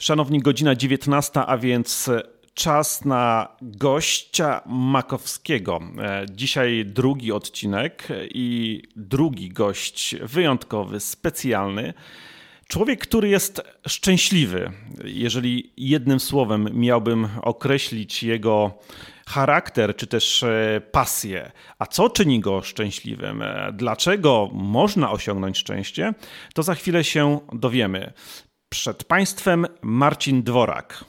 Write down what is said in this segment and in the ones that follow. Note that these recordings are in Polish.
Szanowni, godzina 19, a więc czas na gościa Makowskiego. Dzisiaj drugi odcinek i drugi gość wyjątkowy, specjalny. Człowiek, który jest szczęśliwy. Jeżeli jednym słowem miałbym określić jego charakter czy też pasję, a co czyni go szczęśliwym, dlaczego można osiągnąć szczęście, to za chwilę się dowiemy. Przed Państwem Marcin Dworak.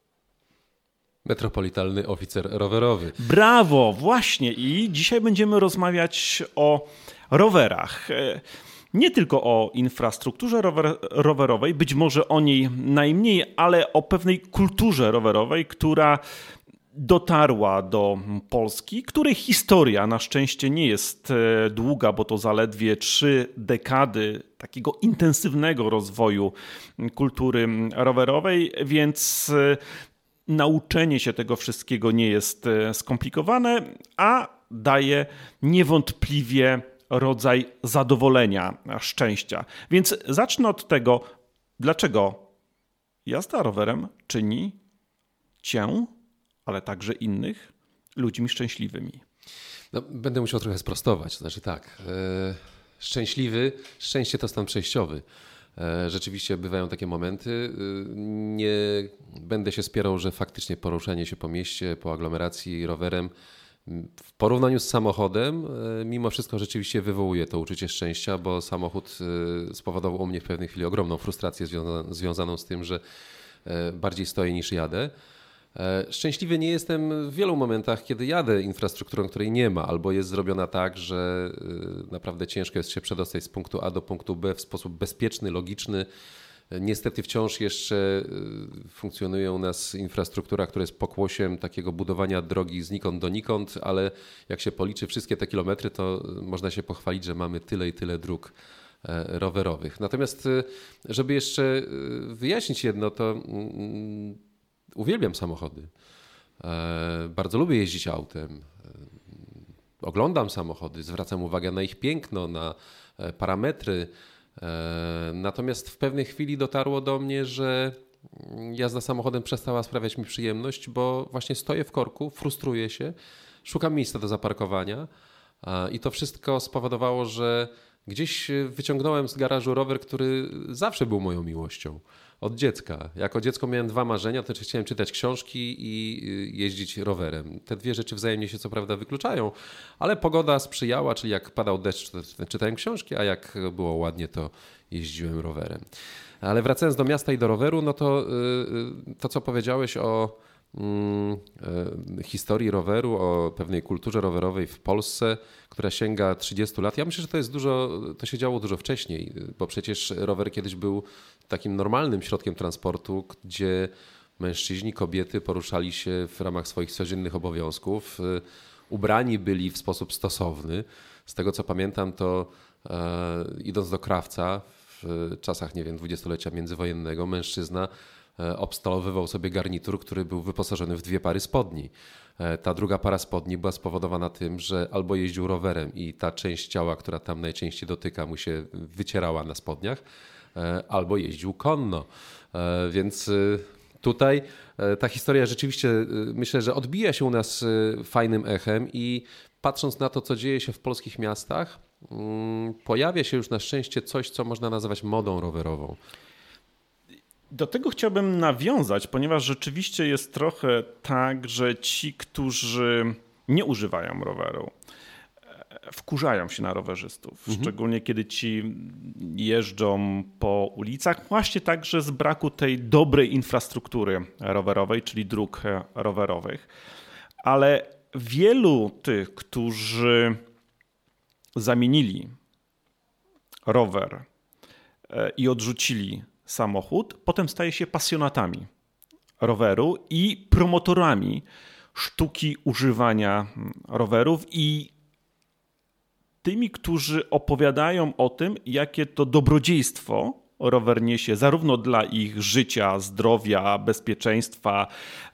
Metropolitalny oficer rowerowy. Brawo, właśnie. I dzisiaj będziemy rozmawiać o rowerach. Nie tylko o infrastrukturze rowerowej, być może o niej najmniej, ale o pewnej kulturze rowerowej, która dotarła do Polski, której historia na szczęście nie jest długa, bo to zaledwie 3 dekady takiego intensywnego rozwoju kultury rowerowej, więc nauczenie się tego wszystkiego nie jest skomplikowane, a daje niewątpliwie rodzaj zadowolenia, szczęścia. Więc zacznę od tego, dlaczego jazda rowerem czyni cię, ale także innych, ludźmi szczęśliwymi. No, będę musiał trochę sprostować. Znaczy tak, szczęście to stan przejściowy. Rzeczywiście bywają takie momenty. Nie będę się spierał, że faktycznie poruszanie się po mieście, po aglomeracji rowerem w porównaniu z samochodem mimo wszystko rzeczywiście wywołuje to uczucie szczęścia, bo samochód spowodował u mnie w pewnej chwili ogromną frustrację związaną z tym, że bardziej stoję niż jadę. Szczęśliwy nie jestem w wielu momentach, kiedy jadę infrastrukturą, której nie ma, albo jest zrobiona tak, że naprawdę ciężko jest się przedostać z punktu A do punktu B w sposób bezpieczny, logiczny. Niestety wciąż jeszcze funkcjonuje u nas infrastruktura, która jest pokłosiem takiego budowania drogi znikąd donikąd, ale jak się policzy wszystkie te kilometry, to można się pochwalić, że mamy tyle i tyle dróg rowerowych. Natomiast żeby jeszcze wyjaśnić jedno, to uwielbiam samochody. Bardzo lubię jeździć autem. Oglądam samochody, zwracam uwagę na ich piękno, na parametry. Natomiast w pewnej chwili dotarło do mnie, że jazda samochodem przestała sprawiać mi przyjemność, bo właśnie stoję w korku, frustruję się, szukam miejsca do zaparkowania i to wszystko spowodowało, że gdzieś wyciągnąłem z garażu rower, który zawsze był moją miłością. Od dziecka. Jako dziecko miałem 2 marzenia, to chciałem czytać książki i jeździć rowerem. Te 2 rzeczy wzajemnie się co prawda wykluczają, ale pogoda sprzyjała, czyli jak padał deszcz, to czytałem książki, a jak było ładnie, to jeździłem rowerem. Ale wracając do miasta i do roweru, no to co powiedziałeś o historii roweru, o pewnej kulturze rowerowej w Polsce, która sięga 30 lat. Ja myślę, że to się działo dużo wcześniej, bo przecież rower kiedyś był takim normalnym środkiem transportu, gdzie mężczyźni, kobiety poruszali się w ramach swoich codziennych obowiązków, ubrani byli w sposób stosowny. Z tego co pamiętam, to idąc do krawca w czasach, nie wiem, 20-lecia międzywojennego, mężczyzna obstalowywał sobie garnitur, który był wyposażony w 2 pary spodni. Ta druga para spodni była spowodowana tym, że albo jeździł rowerem i ta część ciała, która tam najczęściej dotyka, mu się wycierała na spodniach, albo jeździł konno. Więc tutaj ta historia rzeczywiście myślę, że odbija się u nas fajnym echem i patrząc na to, co dzieje się w polskich miastach, pojawia się już na szczęście coś, co można nazwać modą rowerową. Do tego chciałbym nawiązać, ponieważ rzeczywiście jest trochę tak, że ci, którzy nie używają roweru, wkurzają się na rowerzystów. Szczególnie kiedy ci jeżdżą po ulicach, właśnie także z braku tej dobrej infrastruktury rowerowej, czyli dróg rowerowych. Ale wielu tych, którzy zamienili rower i odrzucili samochód, potem staje się pasjonatami roweru i promotorami sztuki używania rowerów i tymi, którzy opowiadają o tym, jakie to dobrodziejstwo rower niesie zarówno dla ich życia, zdrowia, bezpieczeństwa,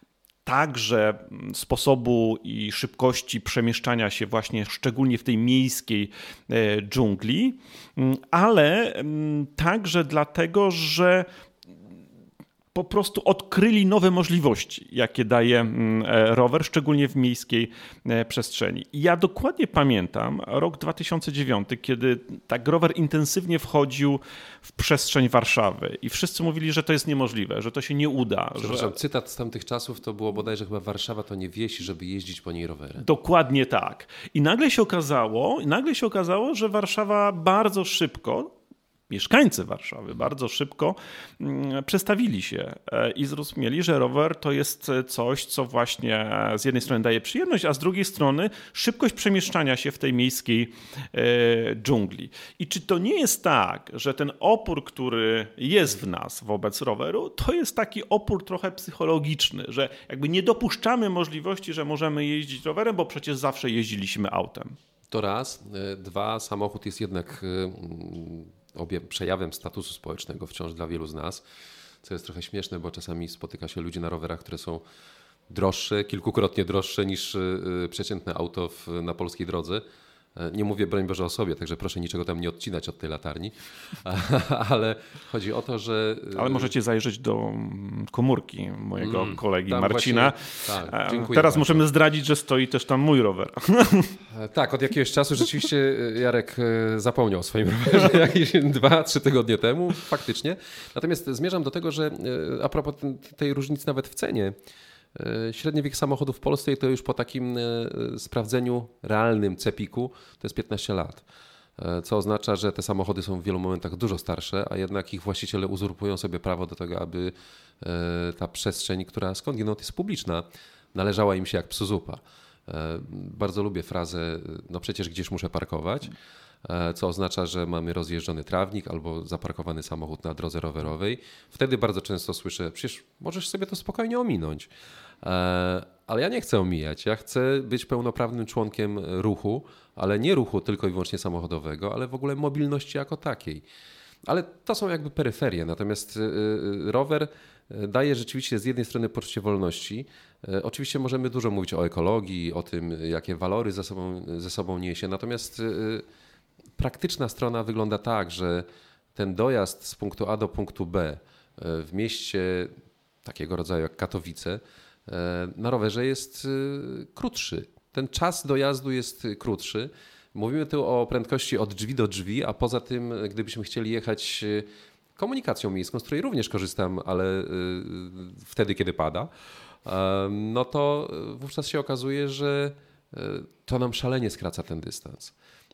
także sposobu i szybkości przemieszczania się właśnie szczególnie w tej miejskiej dżungli, ale także dlatego, że po prostu odkryli nowe możliwości, jakie daje rower, szczególnie w miejskiej przestrzeni. I ja dokładnie pamiętam rok 2009, kiedy tak rower intensywnie wchodził w przestrzeń Warszawy i wszyscy mówili, że to jest niemożliwe, że to się nie uda. Przepraszam, cytat z tamtych czasów to było bodajże chyba Warszawa to nie wieś, żeby jeździć po niej rowerem. Dokładnie tak. I nagle się okazało, że Warszawa bardzo szybko, mieszkańcy Warszawy bardzo szybko przestawili się i zrozumieli, że rower to jest coś, co właśnie z jednej strony daje przyjemność, a z drugiej strony szybkość przemieszczania się w tej miejskiej dżungli. I czy to nie jest tak, że ten opór, który jest w nas wobec roweru, to jest taki opór trochę psychologiczny, że jakby nie dopuszczamy możliwości, że możemy jeździć rowerem, bo przecież zawsze jeździliśmy autem. To raz. Dwa, samochód jest jednak przejawem statusu społecznego wciąż dla wielu z nas, co jest trochę śmieszne, bo czasami spotyka się ludzi na rowerach, które są droższe, kilkukrotnie droższe niż przeciętne auto na polskiej drodze. Nie mówię, broń Boże, o sobie, także proszę niczego tam nie odcinać od tej latarni, ale chodzi o to, że... Ale możecie zajrzeć do komórki mojego kolegi Marcina. Właśnie, tak, dziękuję Teraz bardzo. możemy zdradzić, że stoi też tam mój rower. Tak, od jakiegoś czasu rzeczywiście Jarek zapomniał o swoim rowerze jakieś 2-3 tygodnie temu, faktycznie. Natomiast zmierzam do tego, że a propos tej różnicy nawet w cenie, średni wiek samochodu w Polsce to już po takim sprawdzeniu realnym CEPiK-u to jest 15 lat. Co oznacza, że te samochody są w wielu momentach dużo starsze, a jednak ich właściciele uzurpują sobie prawo do tego, aby ta przestrzeń, która skądinąd jest publiczna, należała im się jak psu zupa. Bardzo lubię frazę, no przecież gdzieś muszę parkować, co oznacza, że mamy rozjeżdżony trawnik albo zaparkowany samochód na drodze rowerowej. Wtedy bardzo często słyszę, przecież możesz sobie to spokojnie ominąć. Ale ja nie chcę omijać, ja chcę być pełnoprawnym członkiem ruchu, ale nie ruchu tylko i wyłącznie samochodowego, ale w ogóle mobilności jako takiej. Ale to są jakby peryferie, natomiast rower daje rzeczywiście z jednej strony poczucie wolności. Oczywiście możemy dużo mówić o ekologii, o tym, jakie walory ze sobą niesie, natomiast praktyczna strona wygląda tak, że ten dojazd z punktu A do punktu B w mieście takiego rodzaju jak Katowice na rowerze jest krótszy. Ten czas dojazdu jest krótszy. Mówimy tu o prędkości od drzwi do drzwi, a poza tym, gdybyśmy chcieli jechać komunikacją miejską, z której również korzystam, ale wtedy, kiedy pada, no to wówczas się okazuje, że to nam szalenie skraca ten dystans.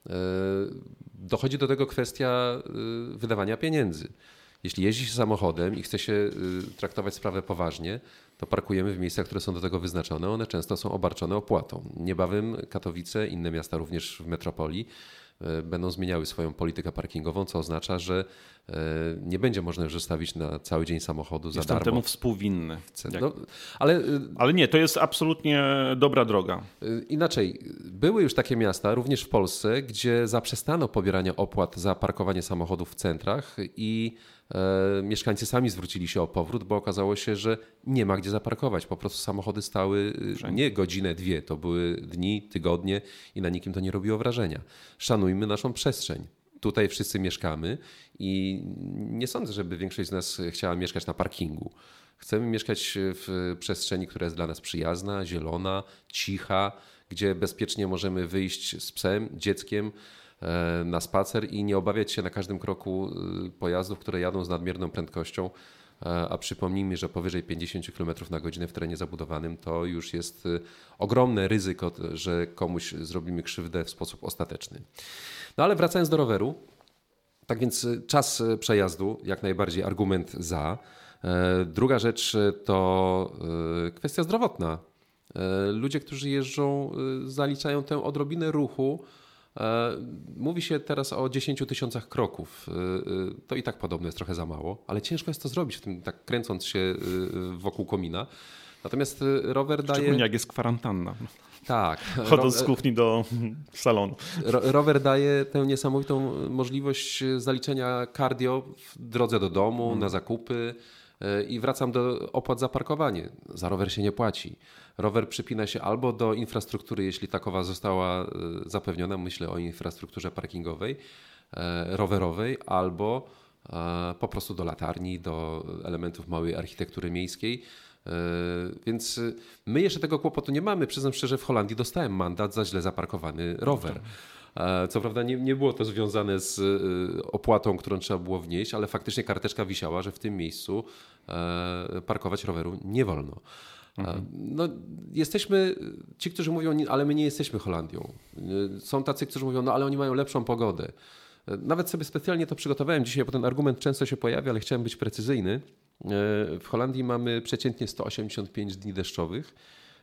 Dochodzi do tego kwestia wydawania pieniędzy. Jeśli jeździ się samochodem i chce się traktować sprawę poważnie, to parkujemy w miejscach, które są do tego wyznaczone. One często są obarczone opłatą. Niebawem Katowice, inne miasta również w metropolii będą zmieniały swoją politykę parkingową, co oznacza, że nie będzie można już zostawić na cały dzień samochodu za darmo. Jestem temu współwinny. No, ale nie, to jest absolutnie dobra droga. Inaczej, były już takie miasta, również w Polsce, gdzie zaprzestano pobierania opłat za parkowanie samochodów w centrach i mieszkańcy sami zwrócili się o powrót, bo okazało się, że nie ma gdzie zaparkować. Po prostu samochody stały nie godzinę, dwie, to były dni, tygodnie i na nikim to nie robiło wrażenia. Szanujmy naszą przestrzeń. Tutaj wszyscy mieszkamy i nie sądzę, żeby większość z nas chciała mieszkać na parkingu. Chcemy mieszkać w przestrzeni, która jest dla nas przyjazna, zielona, cicha, gdzie bezpiecznie możemy wyjść z psem, dzieckiem na spacer i nie obawiać się na każdym kroku pojazdów, które jadą z nadmierną prędkością. A przypomnijmy, że powyżej 50 km na godzinę w terenie zabudowanym to już jest ogromne ryzyko, że komuś zrobimy krzywdę w sposób ostateczny. No ale wracając do roweru, tak więc czas przejazdu, jak najbardziej argument za. Druga rzecz to kwestia zdrowotna. Ludzie, którzy jeżdżą, zaliczają tę odrobinę ruchu. Mówi się teraz o 10 000 kroków. To i tak podobno jest trochę za mało, ale ciężko jest to zrobić, w tym tak kręcąc się wokół komina. Natomiast rower daje... Szczególnie jak jest kwarantanna. Tak. Chodząc z kuchni do salonu. Rower daje tę niesamowitą możliwość zaliczenia cardio w drodze do domu, na zakupy i wracam do opłat za parkowanie. Za rower się nie płaci. Rower przypina się albo do infrastruktury, jeśli takowa została zapewniona, myślę o infrastrukturze parkingowej, rowerowej, albo po prostu do latarni, do elementów małej architektury miejskiej. Więc my jeszcze tego kłopotu nie mamy. Przyznam szczerze, w Holandii dostałem mandat za źle zaparkowany rower. Co prawda nie było to związane z opłatą, którą trzeba było wnieść, ale faktycznie karteczka wisiała, że w tym miejscu parkować roweru nie wolno. No, jesteśmy ci, którzy mówią, ale my nie jesteśmy Holandią. Są tacy, którzy mówią, no ale oni mają lepszą pogodę. Nawet sobie specjalnie to przygotowałem dzisiaj, bo ten argument często się pojawia, ale chciałem być precyzyjny. W Holandii mamy przeciętnie 185 dni deszczowych,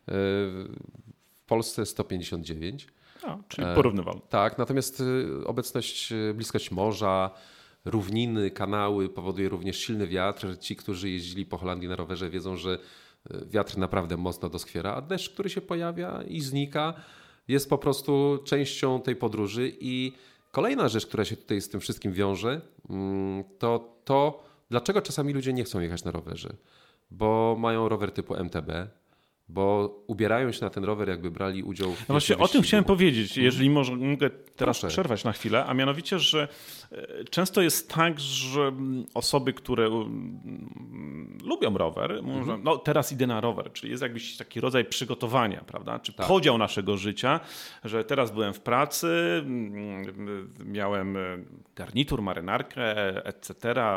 w Polsce 159. Czyli porównywalne. Tak, natomiast bliskość morza, równiny, kanały powoduje również silny wiatr. Ci, którzy jeździli po Holandii na rowerze, wiedzą, że wiatr naprawdę mocno doskwiera, a deszcz, który się pojawia i znika, jest po prostu częścią tej podróży. I kolejna rzecz, która się tutaj z tym wszystkim wiąże, to dlaczego czasami ludzie nie chcą jechać na rowerze? Bo mają rower typu MTB, bo ubierają się na ten rower, jakby brali udział w No właśnie o tym chciałem powiedzieć, jeżeli mogę teraz przerwać na chwilę, a mianowicie, że często jest tak, że osoby, które lubią rower, mówią, że no teraz idę na rower, czyli jest jakiś taki rodzaj przygotowania, prawda? Czy podział naszego życia, że teraz byłem w pracy, miałem garnitur, marynarkę, etc.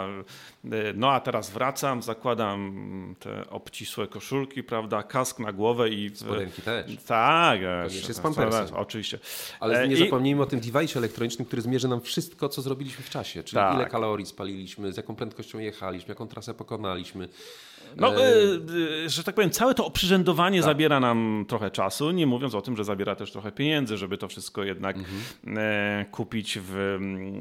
No a teraz wracam, zakładam te obcisłe koszulki, prawda, kask na głowę i... Spodenki też. Tak. Jeszcze z pampersem. Oczywiście. Ale nie zapomnijmy o tym device elektronicznym, który zmierzy nam wszystko, co zrobiliśmy w czasie. Czyli ile kalorii spaliliśmy, z jaką prędkością jechaliśmy, jaką trasę pokonaliśmy. No, że tak powiem, całe to oprzyrządowanie zabiera nam trochę czasu, nie mówiąc o tym, że zabiera też trochę pieniędzy, żeby to wszystko jednak kupić w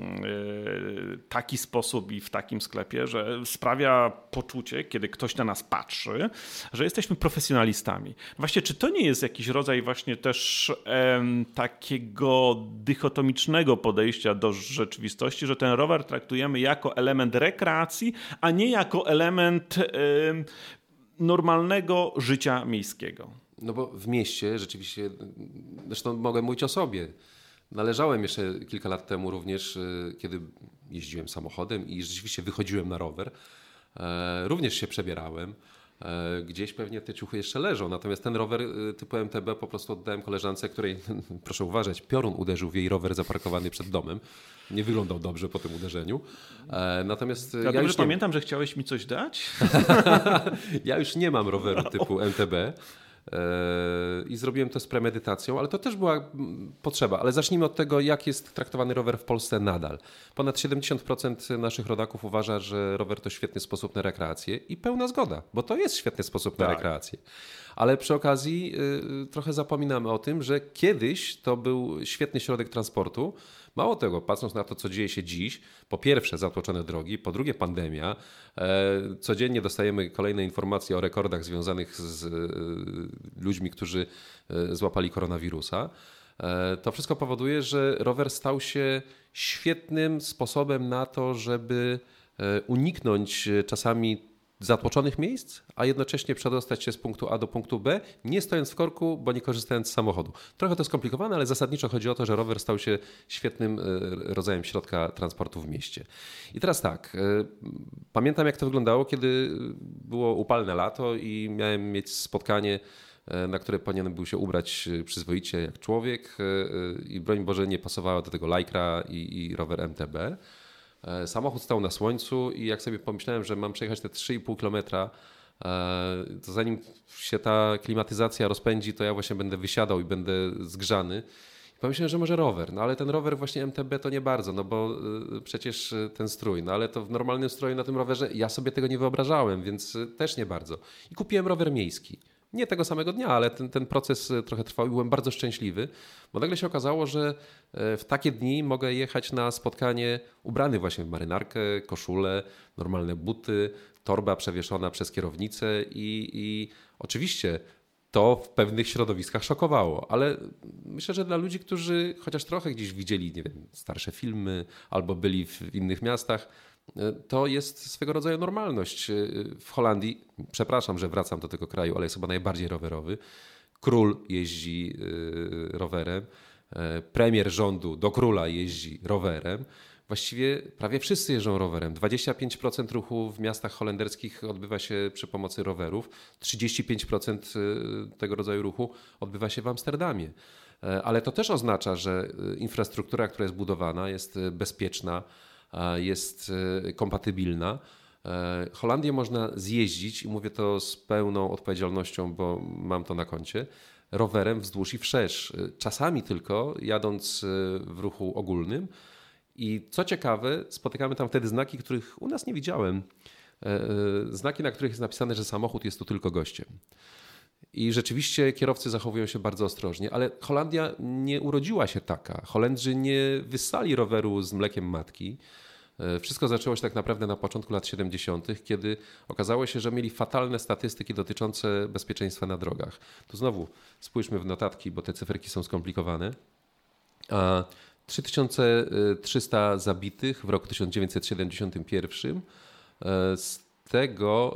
taki sposób i w takim sklepie, że sprawia poczucie, kiedy ktoś na nas patrzy, że jesteśmy profesjonalistami. Właśnie, czy to nie jest jakiś rodzaj właśnie też takiego dychotomicznego podejścia do rzeczywistości, że ten rower traktujemy jako element rekreacji, a nie jako element normalnego życia miejskiego? No bo w mieście rzeczywiście, zresztą mogę mówić o sobie. Należałem jeszcze kilka lat temu również, kiedy jeździłem samochodem i rzeczywiście wychodziłem na rower. Również się przebierałem. Gdzieś pewnie te ciuchy jeszcze leżą. Natomiast ten rower typu MTB po prostu oddałem koleżance, której, proszę uważać, piorun uderzył w jej rower zaparkowany przed domem. Nie wyglądał dobrze po tym uderzeniu. Natomiast ja już pamiętam, że chciałeś mi coś dać. Ja już nie mam roweru typu MTB. I zrobiłem to z premedytacją, ale to też była potrzeba. Ale zacznijmy od tego, jak jest traktowany rower w Polsce nadal. Ponad 70% naszych rodaków uważa, że rower to świetny sposób na rekreację i pełna zgoda, bo to jest świetny sposób na rekreację. Ale przy okazji trochę zapominamy o tym, że kiedyś to był świetny środek transportu. Mało tego, patrząc na to, co dzieje się dziś, po pierwsze zatłoczone drogi, po drugie pandemia, codziennie dostajemy kolejne informacje o rekordach związanych z ludźmi, którzy złapali koronawirusa. To wszystko powoduje, że rower stał się świetnym sposobem na to, żeby uniknąć czasami zatłoczonych miejsc, a jednocześnie przedostać się z punktu A do punktu B, nie stojąc w korku, bo nie korzystając z samochodu. Trochę to skomplikowane, ale zasadniczo chodzi o to, że rower stał się świetnym rodzajem środka transportu w mieście. I teraz tak, pamiętam jak to wyglądało, kiedy było upalne lato i miałem mieć spotkanie, na które powinienem był się ubrać przyzwoicie jak człowiek i broń Boże nie pasowała do tego Lycra i rower MTB. Samochód stał na słońcu i jak sobie pomyślałem, że mam przejechać te 3,5 kilometra, to zanim się ta klimatyzacja rozpędzi, to ja właśnie będę wysiadał i będę zgrzany. I pomyślałem, że może rower, no ale ten rower właśnie MTB to nie bardzo, no bo przecież ten strój, no ale to w normalnym stroju na tym rowerze ja sobie tego nie wyobrażałem, więc też nie bardzo. I kupiłem rower miejski. Nie tego samego dnia, ale ten proces trochę trwał i byłem bardzo szczęśliwy, bo nagle się okazało, że w takie dni mogę jechać na spotkanie ubrany właśnie w marynarkę, koszulę, normalne buty, torba przewieszona przez kierownicę i oczywiście to w pewnych środowiskach szokowało, ale myślę, że dla ludzi, którzy chociaż trochę gdzieś widzieli, nie wiem, starsze filmy albo byli w innych miastach, to jest swego rodzaju normalność. W Holandii, przepraszam, że wracam do tego kraju, ale jest chyba najbardziej rowerowy. Król jeździ rowerem, premier rządu do króla jeździ rowerem. właściwie prawie wszyscy jeżdżą rowerem. 25% ruchu w miastach holenderskich odbywa się przy pomocy rowerów. 35% tego rodzaju ruchu odbywa się w Amsterdamie. Ale to też oznacza, że infrastruktura, która jest budowana, jest bezpieczna, jest kompatybilna. Holandię można zjeździć i mówię to z pełną odpowiedzialnością, bo mam to na koncie, rowerem wzdłuż i wszerz. Czasami tylko jadąc w ruchu ogólnym. I co ciekawe, spotykamy tam wtedy znaki, których u nas nie widziałem. Znaki, na których jest napisane, że samochód jest tu tylko gościem. I rzeczywiście kierowcy zachowują się bardzo ostrożnie, ale Holandia nie urodziła się taka. Holendrzy nie wyssali roweru z mlekiem matki. Wszystko zaczęło się tak naprawdę na początku lat 70., kiedy okazało się, że mieli fatalne statystyki dotyczące bezpieczeństwa na drogach. Tu znowu spójrzmy w notatki, bo te cyferki są skomplikowane. 3300 zabitych w roku 1971, z tego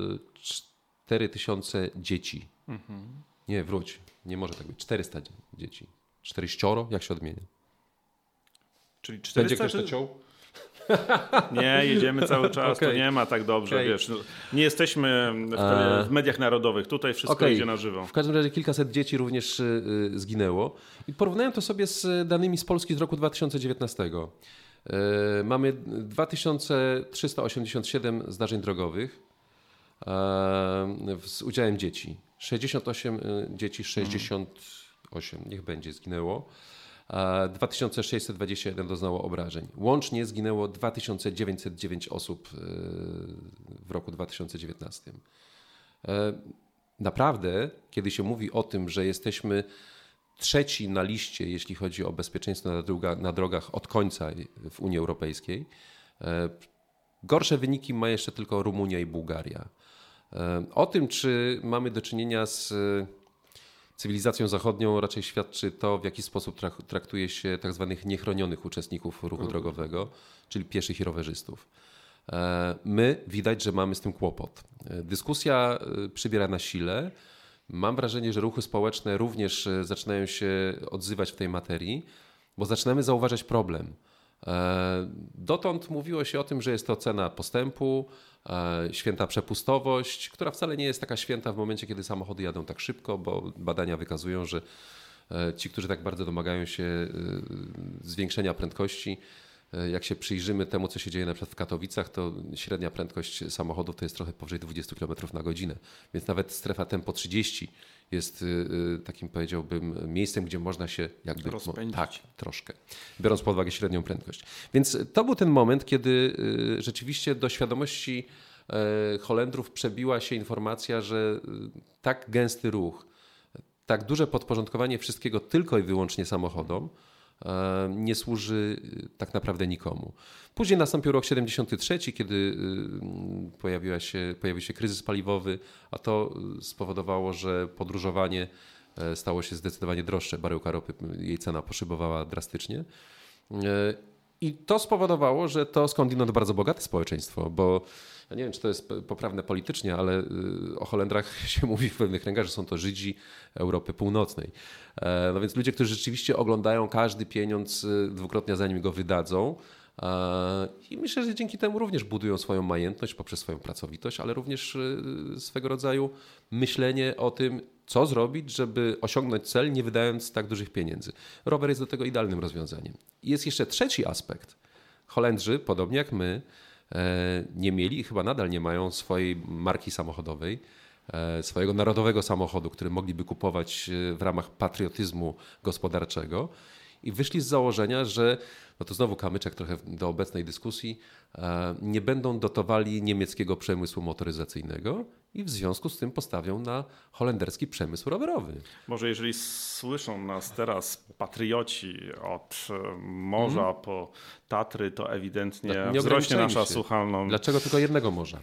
4000 dzieci. Nie, wróć, nie może tak być. 400 dzieci. 400, jak się odmienia? Czyli 400... Będzie ktoś to ciął? Nie, jedziemy cały czas, to nie ma tak dobrze, wiesz. Nie jesteśmy w mediach narodowych, tutaj wszystko idzie na żywo. W każdym razie kilkaset dzieci również zginęło. I porównałem to sobie z danymi z Polski z roku 2019. Mamy 2387 zdarzeń drogowych z udziałem dzieci. 68 dzieci, 68, niech będzie, zginęło. 2621 doznało obrażeń. Łącznie zginęło 2909 osób w roku 2019. Naprawdę, kiedy się mówi o tym, że jesteśmy trzeci na liście, jeśli chodzi o bezpieczeństwo na drogach od końca w Unii Europejskiej, gorsze wyniki ma jeszcze tylko Rumunia i Bułgaria. O tym, czy mamy do czynienia z cywilizacją zachodnią, raczej świadczy to, w jaki sposób traktuje się tak zwanych niechronionych uczestników ruchu drogowego, czyli pieszych i rowerzystów. My widać, że mamy z tym kłopot. Dyskusja przybiera na sile. Mam wrażenie, że ruchy społeczne również zaczynają się odzywać w tej materii, bo zaczynamy zauważać problem. Dotąd mówiło się o tym, że jest to cena postępu, święta przepustowość, która wcale nie jest taka święta w momencie, kiedy samochody jadą tak szybko, bo badania wykazują, że ci, którzy tak bardzo domagają się zwiększenia prędkości, jak się przyjrzymy temu, co się dzieje na przykład w Katowicach, to średnia prędkość samochodów to jest trochę powyżej 20 km na godzinę. Więc nawet strefa tempo 30 jest takim, powiedziałbym, miejscem, gdzie można się jakby rozpędzić. Tak, troszkę, biorąc pod uwagę średnią prędkość. Więc to był ten moment, kiedy rzeczywiście do świadomości Holendrów przebiła się informacja, że tak gęsty ruch, tak duże podporządkowanie wszystkiego tylko i wyłącznie samochodom nie służy tak naprawdę nikomu. Później nastąpił rok 73, kiedy pojawił się kryzys paliwowy, a to spowodowało, że podróżowanie stało się zdecydowanie droższe. Baryłka ropy, jej cena poszybowała drastycznie. I to spowodowało, że to skądinąd bardzo bogate społeczeństwo, bo ja nie wiem, czy to jest poprawne politycznie, ale o Holendrach się mówi w pewnych kręgach, że są to Żydzi Europy Północnej. No więc ludzie, którzy rzeczywiście oglądają każdy pieniądz dwukrotnie, zanim go wydadzą. I myślę, że dzięki temu również budują swoją majętność poprzez swoją pracowitość, ale również swego rodzaju myślenie o tym, co zrobić, żeby osiągnąć cel, nie wydając tak dużych pieniędzy. Rower jest do tego idealnym rozwiązaniem. I jest jeszcze trzeci aspekt. Holendrzy, podobnie jak my, nie mieli i chyba nadal nie mają swojej marki samochodowej, swojego narodowego samochodu, który mogliby kupować w ramach patriotyzmu gospodarczego. I wyszli z założenia, że, no to znowu kamyczek trochę do obecnej dyskusji, nie będą dotowali niemieckiego przemysłu motoryzacyjnego i w związku z tym postawią na holenderski przemysł rowerowy. Może jeżeli słyszą nas teraz patrioci od morza po Tatry, to ewidentnie wzrośnie nasza słuchalność. Dlaczego tylko jednego morza?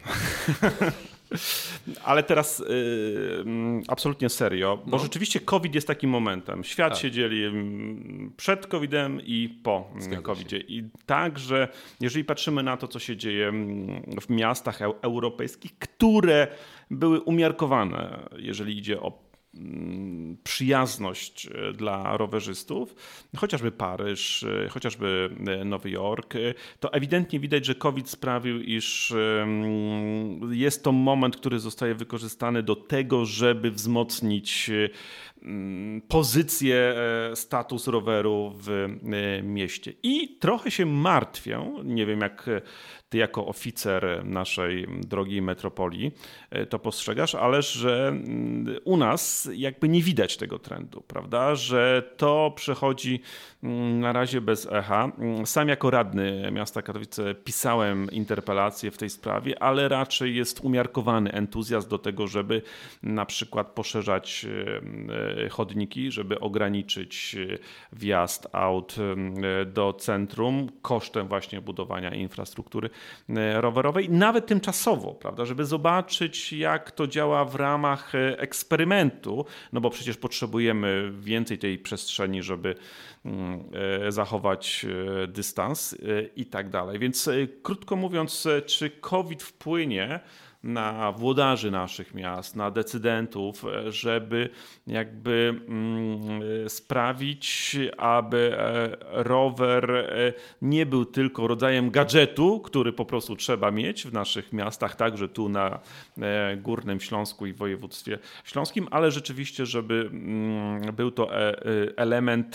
Ale teraz absolutnie serio, bo rzeczywiście COVID jest takim momentem. Świat się dzieli przed COVID-em i po COVID-zie. I także, jeżeli patrzymy na to, co się dzieje w miastach europejskich, które były umiarkowane, jeżeli idzie o przyjazność dla rowerzystów, chociażby Paryż, chociażby Nowy Jork, to ewidentnie widać, że COVID sprawił, iż jest to moment, który zostaje wykorzystany do tego, żeby wzmocnić pozycję, status roweru w mieście. I trochę się martwię, nie wiem jak ty jako oficer naszej drogiej metropolii to postrzegasz, ale że u nas jakby nie widać tego trendu, prawda? Że to przechodzi na razie bez echa. Sam jako radny miasta Katowice pisałem interpelację w tej sprawie, ale raczej jest umiarkowany entuzjazm do tego, żeby na przykład poszerzać chodniki, żeby ograniczyć wjazd aut do centrum kosztem właśnie budowania infrastruktury rowerowej, nawet tymczasowo, prawda, żeby zobaczyć, jak to działa w ramach eksperymentu, no bo przecież potrzebujemy więcej tej przestrzeni, żeby zachować dystans i tak dalej. Więc krótko mówiąc, czy COVID wpłynie na włodarzy naszych miast, na decydentów, żeby jakby sprawić, aby rower nie był tylko rodzajem gadżetu, który po prostu trzeba mieć w naszych miastach, także tu na Górnym Śląsku i w województwie śląskim, ale rzeczywiście, żeby był to element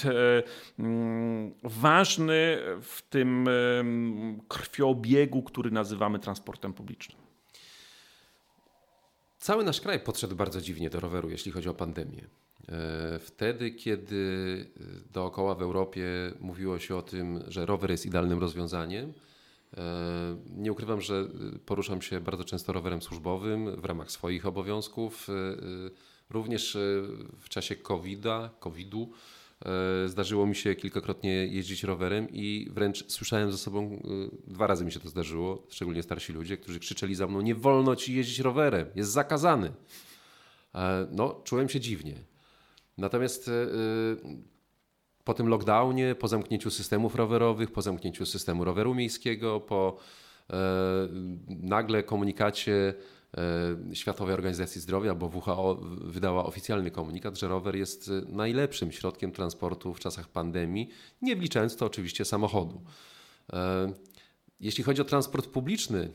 ważny w tym krwiobiegu, który nazywamy transportem publicznym. Cały nasz kraj podszedł bardzo dziwnie do roweru, jeśli chodzi o pandemię. Wtedy, kiedy dookoła w Europie mówiło się o tym, że rower jest idealnym rozwiązaniem, nie ukrywam, że poruszam się bardzo często rowerem służbowym w ramach swoich obowiązków. Również w czasie COVID-u zdarzyło mi się kilkakrotnie jeździć rowerem i wręcz słyszałem za sobą, 2 razy mi się to zdarzyło, szczególnie starsi ludzie, którzy krzyczeli za mną: nie wolno ci jeździć rowerem, jest zakazany. No, czułem się dziwnie. Natomiast po tym lockdownie, po zamknięciu systemów rowerowych, po zamknięciu systemu roweru miejskiego, po nagle komunikacie Światowej Organizacji Zdrowia, bo WHO wydała oficjalny komunikat, że rower jest najlepszym środkiem transportu w czasach pandemii, nie wliczając to oczywiście samochodu. Jeśli chodzi o transport publiczny,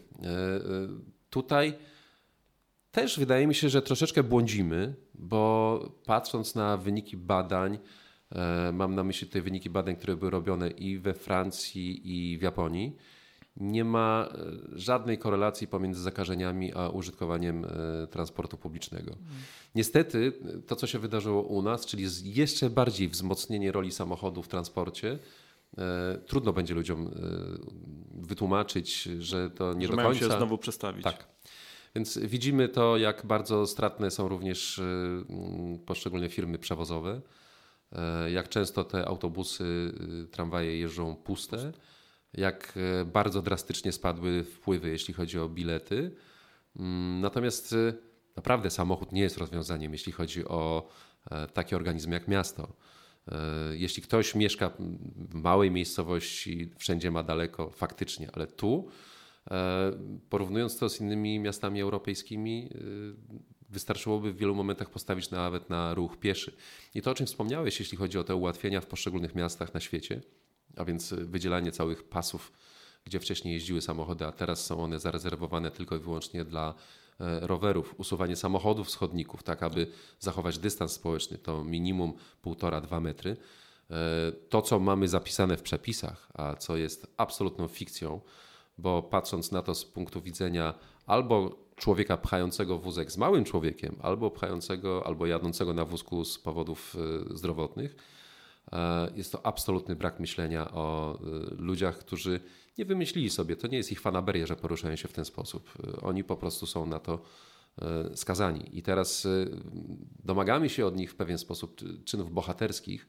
tutaj też wydaje mi się, że troszeczkę błądzimy, bo patrząc na wyniki badań, mam na myśli te wyniki badań, które były robione i we Francji, i w Japonii, nie ma żadnej korelacji pomiędzy zakażeniami a użytkowaniem transportu publicznego. Niestety to, co się wydarzyło u nas, czyli jeszcze bardziej wzmocnienie roli samochodu w transporcie, trudno będzie ludziom wytłumaczyć, że to nie do końca. Mają się znowu przestawić. Tak. Więc widzimy to, jak bardzo stratne są również poszczególne firmy przewozowe, jak często te autobusy, tramwaje jeżdżą puste, jak bardzo drastycznie spadły wpływy, jeśli chodzi o bilety. Natomiast naprawdę samochód nie jest rozwiązaniem, jeśli chodzi o takie organizmy jak miasto. Jeśli ktoś mieszka w małej miejscowości, wszędzie ma daleko, faktycznie, ale tu, porównując to z innymi miastami europejskimi, wystarczyłoby w wielu momentach postawić nawet na ruch pieszy. I to, o czym wspomniałeś, jeśli chodzi o te ułatwienia w poszczególnych miastach na świecie, a więc wydzielanie całych pasów, gdzie wcześniej jeździły samochody, a teraz są one zarezerwowane tylko i wyłącznie dla rowerów, usuwanie samochodów z chodników, tak aby zachować dystans społeczny, to minimum 1,5–2 metry. To, co mamy zapisane w przepisach, a co jest absolutną fikcją, bo patrząc na to z punktu widzenia albo człowieka pchającego wózek z małym człowiekiem, albo jadącego na wózku z powodów zdrowotnych, jest to absolutny brak myślenia o ludziach, którzy nie wymyślili sobie, to nie jest ich fanaberia, że poruszają się w ten sposób. Oni po prostu są na to skazani. I teraz domagamy się od nich w pewien sposób czynów bohaterskich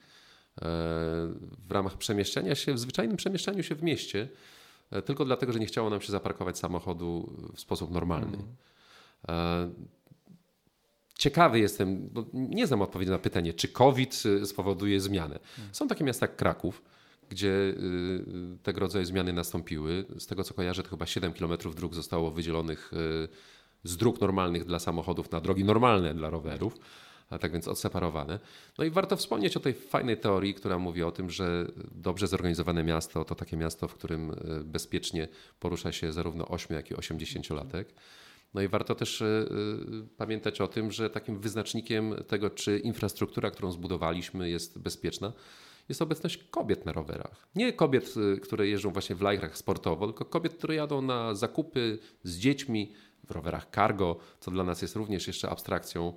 w ramach przemieszczania się, w zwyczajnym przemieszczaniu się w mieście, tylko dlatego, że nie chciało nam się zaparkować samochodu w sposób normalny. Ciekawy jestem, bo nie znam odpowiedzi na pytanie, czy COVID spowoduje zmianę. Są takie miasta jak Kraków, gdzie tego rodzaju zmiany nastąpiły. Z tego co kojarzę, to chyba 7 km dróg zostało wydzielonych z dróg normalnych dla samochodów na drogi normalne dla rowerów. a tak więc odseparowane. No i warto wspomnieć o tej fajnej teorii, która mówi o tym, że dobrze zorganizowane miasto to takie miasto, w którym bezpiecznie porusza się zarówno 8, jak i 80-latek. No i warto też pamiętać o tym, że takim wyznacznikiem tego, czy infrastruktura, którą zbudowaliśmy, jest bezpieczna, jest obecność kobiet na rowerach. Nie kobiet, które jeżdżą właśnie w lajkrach sportowo, tylko kobiet, które jadą na zakupy z dziećmi w rowerach cargo, co dla nas jest również jeszcze abstrakcją.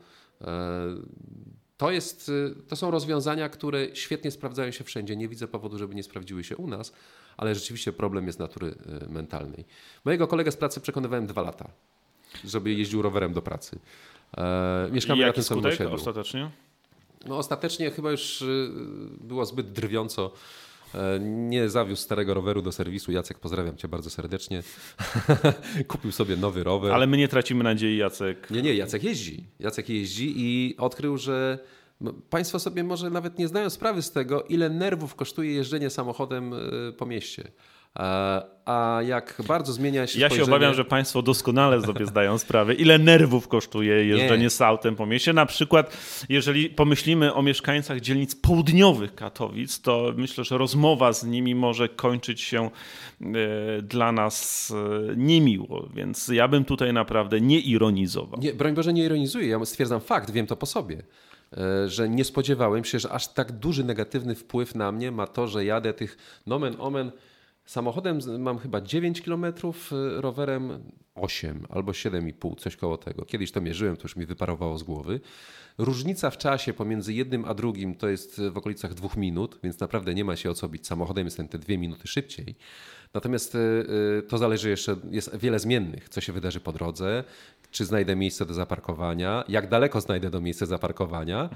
To są rozwiązania, które świetnie sprawdzają się wszędzie. Nie widzę powodu, żeby nie sprawdziły się u nas, ale rzeczywiście problem jest natury mentalnej. Mojego kolegę z pracy przekonywałem 2 lata, żeby jeździł rowerem do pracy. Mieszkamy na tym samym osiedlu. Ostatecznie? No ostatecznie chyba już było zbyt drwiąco. Nie zawiózł starego roweru do serwisu. Jacek, pozdrawiam cię bardzo serdecznie. Kupił sobie nowy rower. Ale my nie tracimy nadziei, Jacek. Nie, Jacek jeździ. Jacek jeździ i odkrył, że państwo sobie może nawet nie zdają sprawy z tego, ile nerwów kosztuje jeżdżenie samochodem po mieście. A jak bardzo zmienia się spojrzenie... Ja się obawiam, że państwo doskonale sobie zdają sprawę, ile nerwów kosztuje jeżdżenie z autem po mieście. Na przykład, jeżeli pomyślimy o mieszkańcach dzielnic południowych Katowic, to myślę, że rozmowa z nimi może kończyć się dla nas niemiło. Więc ja bym tutaj naprawdę nie ironizował. Nie, broń Boże, nie ironizuję. Ja stwierdzam fakt, wiem to po sobie. Że nie spodziewałem się, że aż tak duży negatywny wpływ na mnie ma to, że jadę tych nomen omen. Samochodem mam chyba 9 km, rowerem 8 albo 7,5, coś koło tego. Kiedyś to mierzyłem, to już mi wyparowało z głowy. Różnica w czasie pomiędzy jednym a drugim to jest w okolicach 2 minut, więc naprawdę nie ma się o co bić. Samochodem jestem te 2 minuty szybciej. Natomiast to zależy jeszcze, jest wiele zmiennych, co się wydarzy po drodze, czy znajdę miejsce do zaparkowania, jak daleko znajdę do miejsca zaparkowania.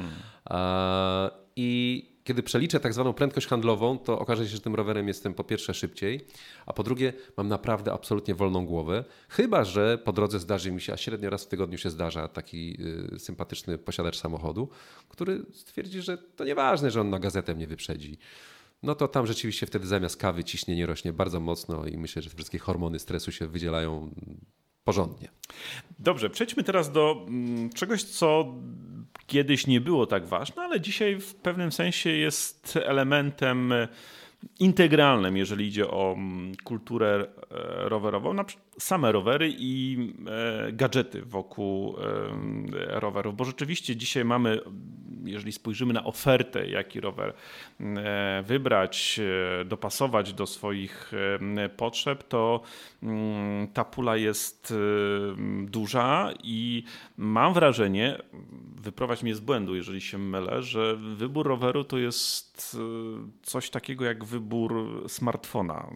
I kiedy przeliczę tak zwaną prędkość handlową, to okaże się, że tym rowerem jestem po pierwsze szybciej, a po drugie mam naprawdę absolutnie wolną głowę. Chyba że po drodze zdarzy mi się, a średnio raz w tygodniu się zdarza, taki sympatyczny posiadacz samochodu, który stwierdzi, że to nieważne, że on na gazetę mnie wyprzedzi. No to tam rzeczywiście wtedy zamiast kawy ciśnienie rośnie bardzo mocno i myślę, że wszystkie hormony stresu się wydzielają porządnie. Dobrze, przejdźmy teraz do czegoś, co kiedyś nie było tak ważne, ale dzisiaj w pewnym sensie jest elementem integralnym, jeżeli idzie o kulturę rowerową, same rowery i gadżety wokół rowerów, bo rzeczywiście dzisiaj mamy, jeżeli spojrzymy na ofertę, jaki rower wybrać, dopasować do swoich potrzeb, to ta pula jest duża i mam wrażenie, wyprowadź mnie z błędu, jeżeli się mylę, że wybór roweru to jest coś takiego jak wybór smartfona.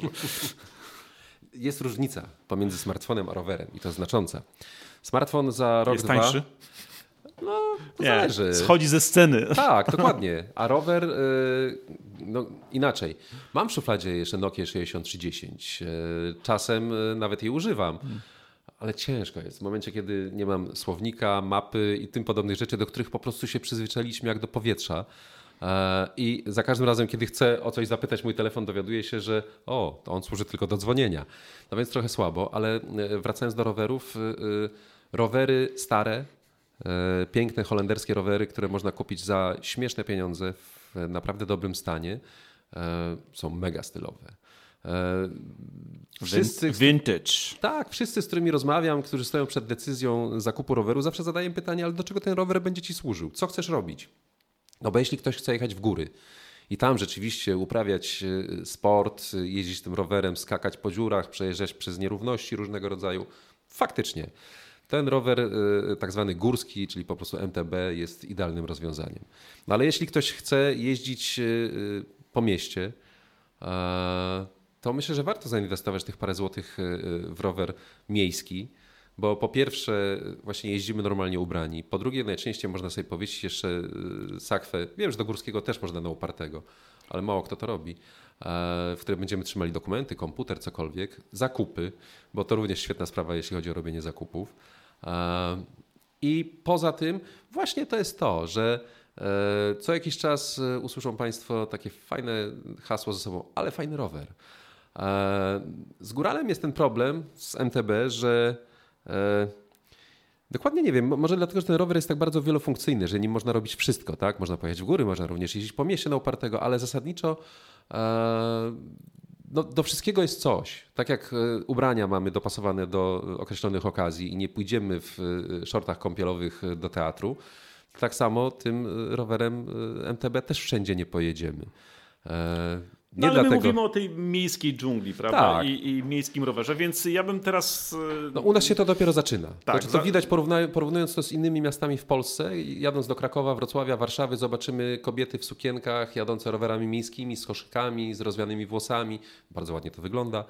Jest różnica pomiędzy smartfonem a rowerem i to znacząca. Smartfon za rok, jest tańszy? No, to zależy. Schodzi ze sceny. Tak, dokładnie. A rower, no inaczej. Mam w szufladzie jeszcze Nokia 6310. Czasem nawet jej używam. Ale ciężko jest. W momencie, kiedy nie mam słownika, mapy i tym podobnych rzeczy, do których po prostu się przyzwyczailiśmy jak do powietrza. I za każdym razem, kiedy chcę o coś zapytać, mój telefon dowiaduje się, że to on służy tylko do dzwonienia. No więc trochę słabo, ale wracając do rowerów, rowery stare, piękne holenderskie rowery, które można kupić za śmieszne pieniądze w naprawdę dobrym stanie, są mega stylowe. Vintage. Tak, wszyscy, z którymi rozmawiam, którzy stoją przed decyzją zakupu roweru, zawsze zadaję pytanie, ale do czego ten rower będzie ci służył? Co chcesz robić? No bo jeśli ktoś chce jechać w góry i tam rzeczywiście uprawiać sport, jeździć tym rowerem, skakać po dziurach, przejeżdżać przez nierówności różnego rodzaju, faktycznie ten rower tak zwany górski, czyli po prostu MTB jest idealnym rozwiązaniem. No ale jeśli ktoś chce jeździć po mieście, to myślę, że warto zainwestować tych parę złotych w rower miejski, bo po pierwsze właśnie jeździmy normalnie ubrani, po drugie najczęściej można sobie powiesić jeszcze sakwę, wiem, że do górskiego też można na upartego, ale mało kto to robi, w której będziemy trzymali dokumenty, komputer, cokolwiek, zakupy, bo to również świetna sprawa, jeśli chodzi o robienie zakupów. I poza tym właśnie to jest to, że co jakiś czas usłyszą Państwo takie fajne hasło ze sobą, ale fajny rower. Z góralem jest ten problem z MTB, że Dokładnie nie wiem, może dlatego, że ten rower jest tak bardzo wielofunkcyjny, że nim można robić wszystko, tak? Można pojechać w góry, można również jeździć po mieście na upartego, ale zasadniczo no, do wszystkiego jest coś. Tak jak ubrania mamy dopasowane do określonych okazji i nie pójdziemy w shortach kąpielowych do teatru, tak samo tym rowerem MTB też wszędzie nie pojedziemy. No ale my mówimy o tej miejskiej dżungli, prawda? Tak. I miejskim rowerze, więc ja bym teraz... No, u nas się to dopiero zaczyna. Tak, to widać porównując to z innymi miastami w Polsce. Jadąc do Krakowa, Wrocławia, Warszawy zobaczymy kobiety w sukienkach jadące rowerami miejskimi, z koszykami, z rozwianymi włosami. Bardzo ładnie to wygląda.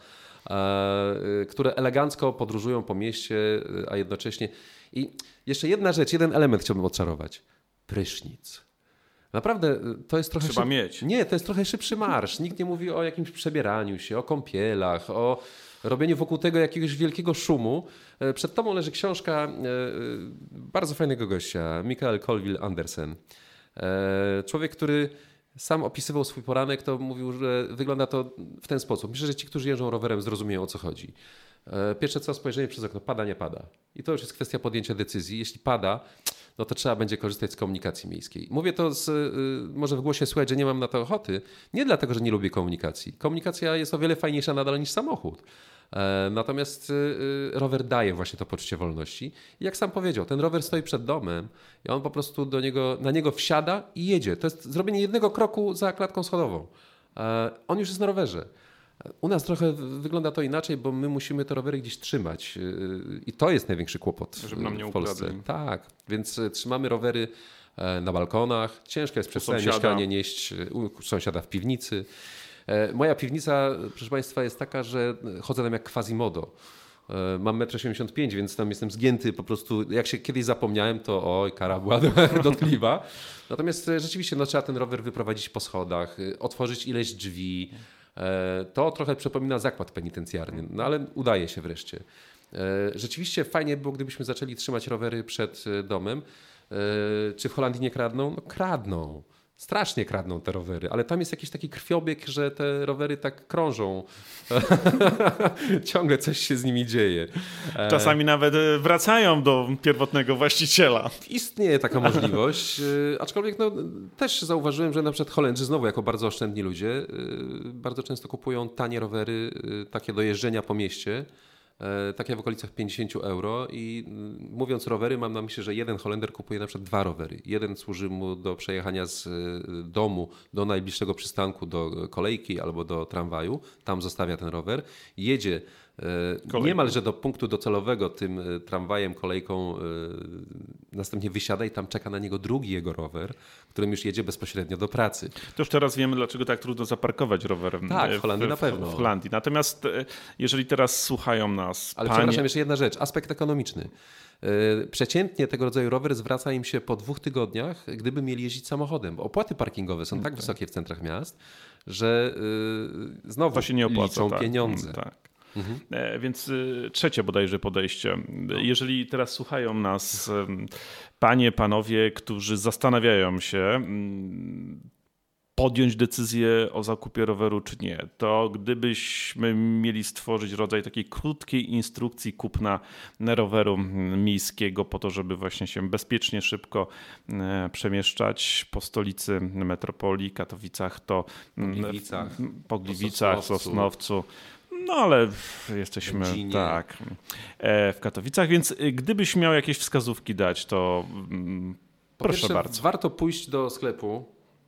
Które elegancko podróżują po mieście, a jednocześnie... I jeszcze jedna rzecz, jeden element chciałbym odczarować. Prysznic. Naprawdę to jest trochę... Trzeba mieć. Nie, to jest trochę szybszy marsz. Nikt nie mówi o jakimś przebieraniu się, o kąpielach, o robieniu wokół tego jakiegoś wielkiego szumu. Przed tobą leży książka bardzo fajnego gościa, Mikael Colville Andersen. Człowiek, który sam opisywał swój poranek, to mówił, że wygląda to w ten sposób. Myślę, że ci, którzy jeżdżą rowerem, zrozumieją, o co chodzi. Pierwsze co, spojrzenie przez okno. Pada, nie pada. I to już jest kwestia podjęcia decyzji. Jeśli pada, no to trzeba będzie korzystać z komunikacji miejskiej. Mówię to może w głosie słychać, że nie mam na to ochoty. Nie dlatego, że nie lubię komunikacji. Komunikacja jest o wiele fajniejsza nadal niż samochód. Natomiast rower daje właśnie to poczucie wolności. I jak sam powiedział, ten rower stoi przed domem i on po prostu na niego wsiada i jedzie. To jest zrobienie jednego kroku za klatką schodową. On już jest na rowerze. U nas trochę wygląda to inaczej, bo my musimy te rowery gdzieś trzymać i to jest największy kłopot żeby nam nie w Polsce. ukradli. Tak, więc trzymamy rowery na balkonach. Ciężko jest przez całe mieszkanie nieść u sąsiada w piwnicy. Moja piwnica, proszę Państwa, jest taka, że chodzę tam jak Quasimodo. Mam 1,85 m, więc tam jestem zgięty po prostu. Jak się kiedyś zapomniałem, to kara była dotkliwa. Natomiast rzeczywiście trzeba ten rower wyprowadzić po schodach, otworzyć ileś drzwi. To trochę przypomina zakład penitencjarny, no ale udaje się wreszcie. Rzeczywiście fajnie było, gdybyśmy zaczęli trzymać rowery przed domem. Czy w Holandii nie kradną? No kradną. Strasznie kradną te rowery, ale tam jest jakiś taki krwiobieg, że te rowery tak krążą. Ciągle coś się z nimi dzieje. Czasami nawet wracają do pierwotnego właściciela. Istnieje taka możliwość, aczkolwiek też zauważyłem, że na przykład Holendrzy znowu jako bardzo oszczędni ludzie bardzo często kupują tanie rowery, takie do jeżdżenia po mieście. Takie w okolicach 50 euro i mówiąc rowery, mam na myśli, że jeden Holender kupuje na przykład 2 rowery. Jeden służy mu do przejechania z domu do najbliższego przystanku, do kolejki albo do tramwaju. Tam zostawia ten rower. Jedzie niemalże do punktu docelowego tym tramwajem, kolejką, następnie wysiada i tam czeka na niego drugi jego rower, którym już jedzie bezpośrednio do pracy. To już teraz wiemy, dlaczego tak trudno zaparkować rower w Holandii na pewno. W Holandii. Natomiast jeżeli teraz słuchają nas... Ale przepraszam, jeszcze jedna rzecz. Aspekt ekonomiczny. Przeciętnie tego rodzaju rower zwraca im się po 2 tygodniach, gdyby mieli jeździć samochodem. Opłaty parkingowe są tak wysokie w centrach miast, że znowu to się nie opłaca, liczą pieniądze. Tak. Więc trzecie bodajże podejście. Jeżeli teraz słuchają nas panie, panowie, którzy zastanawiają się podjąć decyzję o zakupie roweru czy nie, to gdybyśmy mieli stworzyć rodzaj takiej krótkiej instrukcji kupna roweru miejskiego po to, żeby właśnie się bezpiecznie, szybko przemieszczać po stolicy metropolii, Katowicach, to po Gliwicach, Sosnowcu. No ale jesteśmy w Katowicach, więc gdybyś miał jakieś wskazówki dać, to proszę pierwsze, bardzo. Warto pójść do sklepu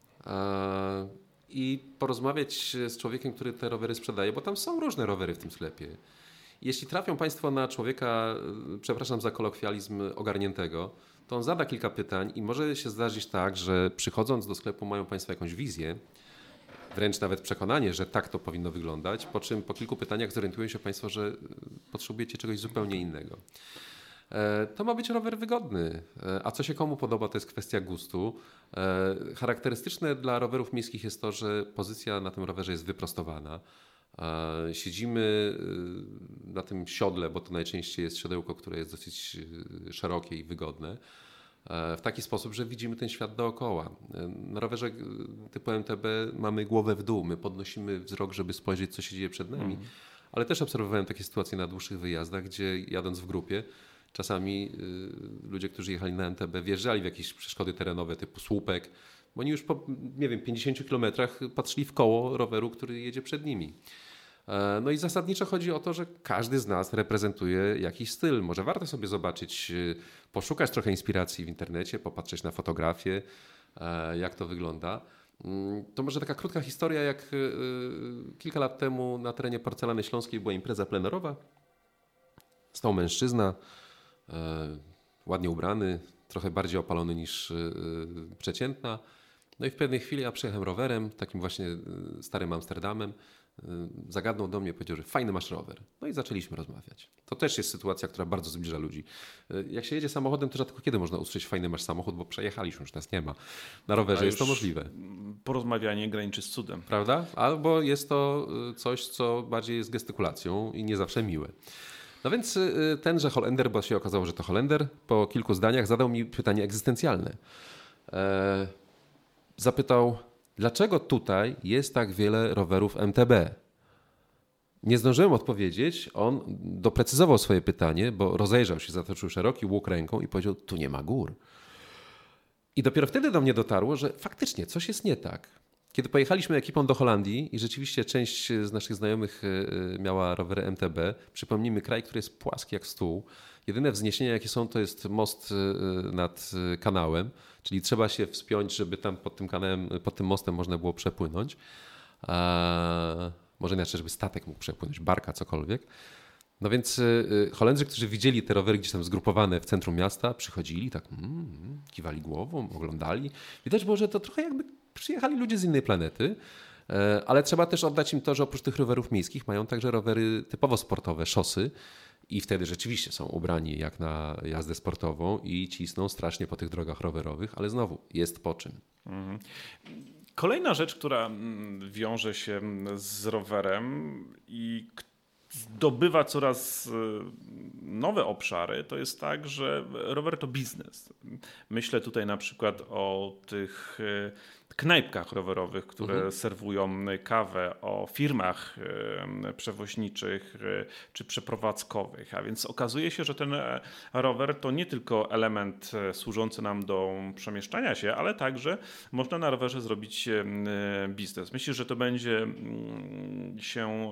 i porozmawiać z człowiekiem, który te rowery sprzedaje, bo tam są różne rowery w tym sklepie. Jeśli trafią Państwo na człowieka, przepraszam za kolokwializm, ogarniętego, to on zada kilka pytań i może się zdarzyć tak, że przychodząc do sklepu mają Państwo jakąś wizję, wręcz nawet przekonanie, że tak to powinno wyglądać, po czym po kilku pytaniach zorientują się Państwo, że potrzebujecie czegoś zupełnie innego. To ma być rower wygodny, a co się komu podoba, to jest kwestia gustu. Charakterystyczne dla rowerów miejskich jest to, że pozycja na tym rowerze jest wyprostowana. Siedzimy na tym siodle, bo to najczęściej jest siodełko, które jest dosyć szerokie i wygodne, w taki sposób, że widzimy ten świat dookoła. Na rowerze typu MTB mamy głowę w dół, my podnosimy wzrok, żeby spojrzeć, co się dzieje przed nami, ale też obserwowałem takie sytuacje na dłuższych wyjazdach, gdzie jadąc w grupie, Czasami ludzie, którzy jechali na MTB, wjeżdżali w jakieś przeszkody terenowe typu słupek, bo oni już po, nie wiem, 50 kilometrach patrzyli w koło roweru, który jedzie przed nimi. No i zasadniczo chodzi o to, że każdy z nas reprezentuje jakiś styl. Może warto sobie zobaczyć, poszukać trochę inspiracji w internecie, popatrzeć na fotografie, jak to wygląda. To może taka krótka historia, jak kilka lat temu na terenie Porcelany Śląskiej była impreza plenerowa. Stał mężczyzna, ładnie ubrany, trochę bardziej opalony niż przeciętna. No i w pewnej chwili ja przyjechałem rowerem, takim właśnie starym Amsterdamem. Zagadnął do mnie, powiedział, że fajny masz rower. No i zaczęliśmy rozmawiać. To też jest sytuacja, która bardzo zbliża ludzi. Jak się jedzie samochodem, to rzadko kiedy można usłyszeć fajny masz samochód, bo przejechaliśmy, już nas nie ma. Na rowerze jest to możliwe. Porozmawianie graniczy z cudem. Prawda? Albo jest to coś, co bardziej jest gestykulacją i nie zawsze miłe. No więc tenże Holender, bo się okazało, że to Holender, po kilku zdaniach zadał mi pytanie egzystencjalne. Zapytał, dlaczego tutaj jest tak wiele rowerów MTB? Nie zdążyłem odpowiedzieć, on doprecyzował swoje pytanie, bo rozejrzał się, zatoczył szeroki łuk ręką i powiedział, tu nie ma gór. I dopiero wtedy do mnie dotarło, że faktycznie coś jest nie tak. Kiedy pojechaliśmy ekipą do Holandii i rzeczywiście część z naszych znajomych miała rowery MTB, przypomnijmy kraj, który jest płaski jak stół. Jedyne wzniesienia jakie są, to jest most nad kanałem, czyli trzeba się wspiąć, żeby tam pod tym kanałem, pod tym mostem można było przepłynąć. Może inaczej, żeby statek mógł przepłynąć, barka, cokolwiek. No więc Holendrzy, którzy widzieli te rowery gdzieś tam zgrupowane w centrum miasta, przychodzili, tak kiwali głową, oglądali. Widać było, że to trochę jakby przyjechali ludzie z innej planety, ale trzeba też oddać im to, że oprócz tych rowerów miejskich mają także rowery typowo sportowe, szosy i wtedy rzeczywiście są ubrani jak na jazdę sportową i cisną strasznie po tych drogach rowerowych, ale znowu jest po czym. Kolejna rzecz, która wiąże się z rowerem i zdobywa coraz nowe obszary, to jest tak, że rower to biznes. Myślę tutaj na przykład o tych knajpkach rowerowych, które serwują kawę, o firmach przewoźniczych czy przeprowadzkowych. A więc okazuje się, że ten rower to nie tylko element służący nam do przemieszczania się, ale także można na rowerze zrobić biznes. Myślę, że to będzie się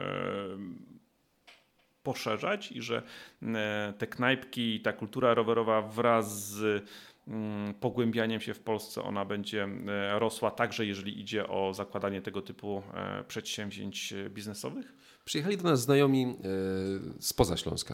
poszerzać i że te knajpki i ta kultura rowerowa wraz z pogłębianiem się w Polsce ona będzie rosła także jeżeli idzie o zakładanie tego typu przedsięwzięć biznesowych? Przyjechali do nas znajomi spoza Śląska.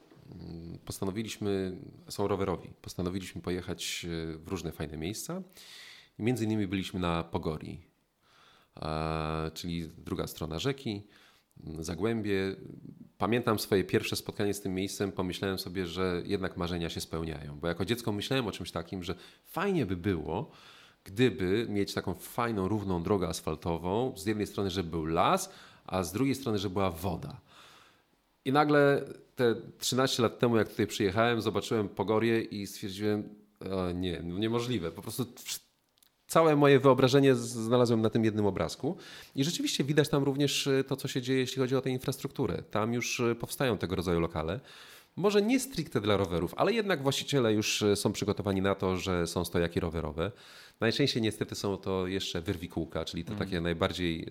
Są rowerowi, postanowiliśmy pojechać w różne fajne miejsca. I między innymi byliśmy na Pogorii, czyli druga strona rzeki, Zagłębie. Pamiętam swoje pierwsze spotkanie z tym miejscem, pomyślałem sobie, że jednak marzenia się spełniają. Bo jako dziecko myślałem o czymś takim, że fajnie by było, gdyby mieć taką fajną, równą drogę asfaltową. Z jednej strony, żeby był las, a z drugiej strony, żeby była woda. I nagle te 13 lat temu, jak tutaj przyjechałem, zobaczyłem Pogorię i stwierdziłem, nie, no niemożliwe. Po prostu całe moje wyobrażenie znalazłem na tym jednym obrazku i rzeczywiście widać tam również to, co się dzieje, jeśli chodzi o tę infrastrukturę. Tam już powstają tego rodzaju lokale. Może nie stricte dla rowerów, ale jednak właściciele już są przygotowani na to, że są stojaki rowerowe. Najczęściej niestety są to jeszcze wyrwikółka, czyli to takie najbardziej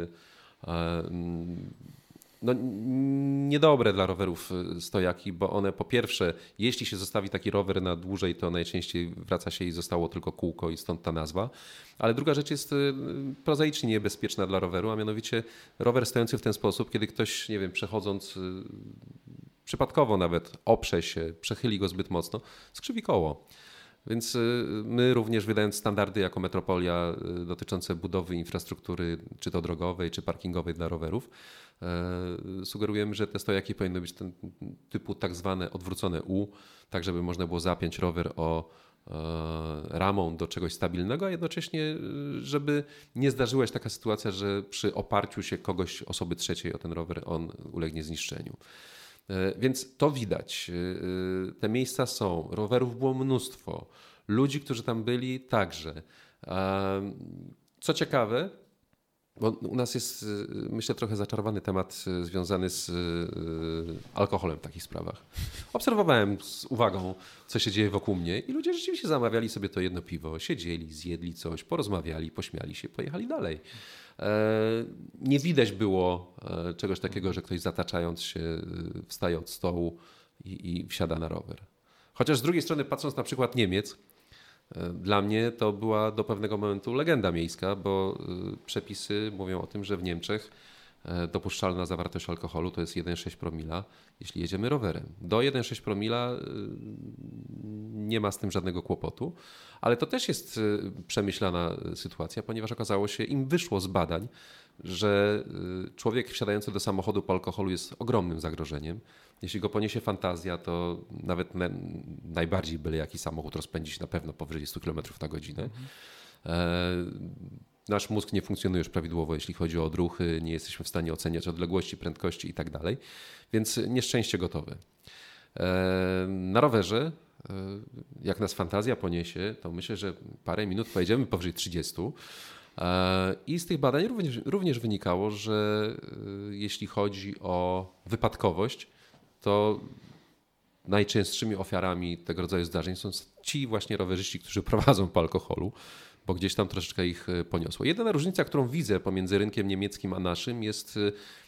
niedobre dla rowerów stojaki, bo one po pierwsze, jeśli się zostawi taki rower na dłużej, to najczęściej wraca się i zostało tylko kółko i stąd ta nazwa. Ale druga rzecz jest prozaicznie niebezpieczna dla roweru, a mianowicie rower stojący w ten sposób, kiedy ktoś, nie wiem, przechodząc przypadkowo nawet oprze się, przechyli go zbyt mocno, skrzywi koło. Więc my również wydając standardy jako metropolia dotyczące budowy infrastruktury, czy to drogowej, czy parkingowej dla rowerów, sugerujemy, że te stojaki powinny być typu tak zwane odwrócone U, tak żeby można było zapiąć rower ramą do czegoś stabilnego, a jednocześnie, żeby nie zdarzyła się taka sytuacja, że przy oparciu się kogoś, osoby trzeciej o ten rower, on ulegnie zniszczeniu. Więc to widać. Te miejsca są. Rowerów było mnóstwo. Ludzi, którzy tam byli także. Co ciekawe, Bo u nas jest, myślę, trochę zaczarowany temat związany z alkoholem w takich sprawach. Obserwowałem z uwagą, co się dzieje wokół mnie i ludzie rzeczywiście zamawiali sobie to jedno piwo, siedzieli, zjedli coś, porozmawiali, pośmiali się, pojechali dalej. Nie widać było czegoś takiego, że ktoś zataczając się wstaje od stołu i wsiada na rower. Chociaż z drugiej strony, patrząc na przykład Niemiec, dla mnie to była do pewnego momentu legenda miejska, bo przepisy mówią o tym, że w Niemczech dopuszczalna zawartość alkoholu to jest 1,6 promila, jeśli jedziemy rowerem. Do 1,6 promila nie ma z tym żadnego kłopotu, ale to też jest przemyślana sytuacja, ponieważ okazało się, im wyszło z badań, że człowiek wsiadający do samochodu po alkoholu jest ogromnym zagrożeniem. Jeśli go poniesie fantazja, to nawet najbardziej byle jaki samochód rozpędzi się na pewno powyżej 100 km na godzinę. Nasz mózg nie funkcjonuje już prawidłowo, jeśli chodzi o odruchy, nie jesteśmy w stanie oceniać odległości, prędkości i tak dalej, więc nieszczęście gotowe. Na rowerze, jak nas fantazja poniesie, to myślę, że parę minut pojedziemy powyżej 30. I z tych badań również wynikało, że jeśli chodzi o wypadkowość, to najczęstszymi ofiarami tego rodzaju zdarzeń są ci właśnie rowerzyści, którzy prowadzą po alkoholu, bo gdzieś tam troszeczkę ich poniosło. Jedyna różnica, którą widzę pomiędzy rynkiem niemieckim a naszym, jest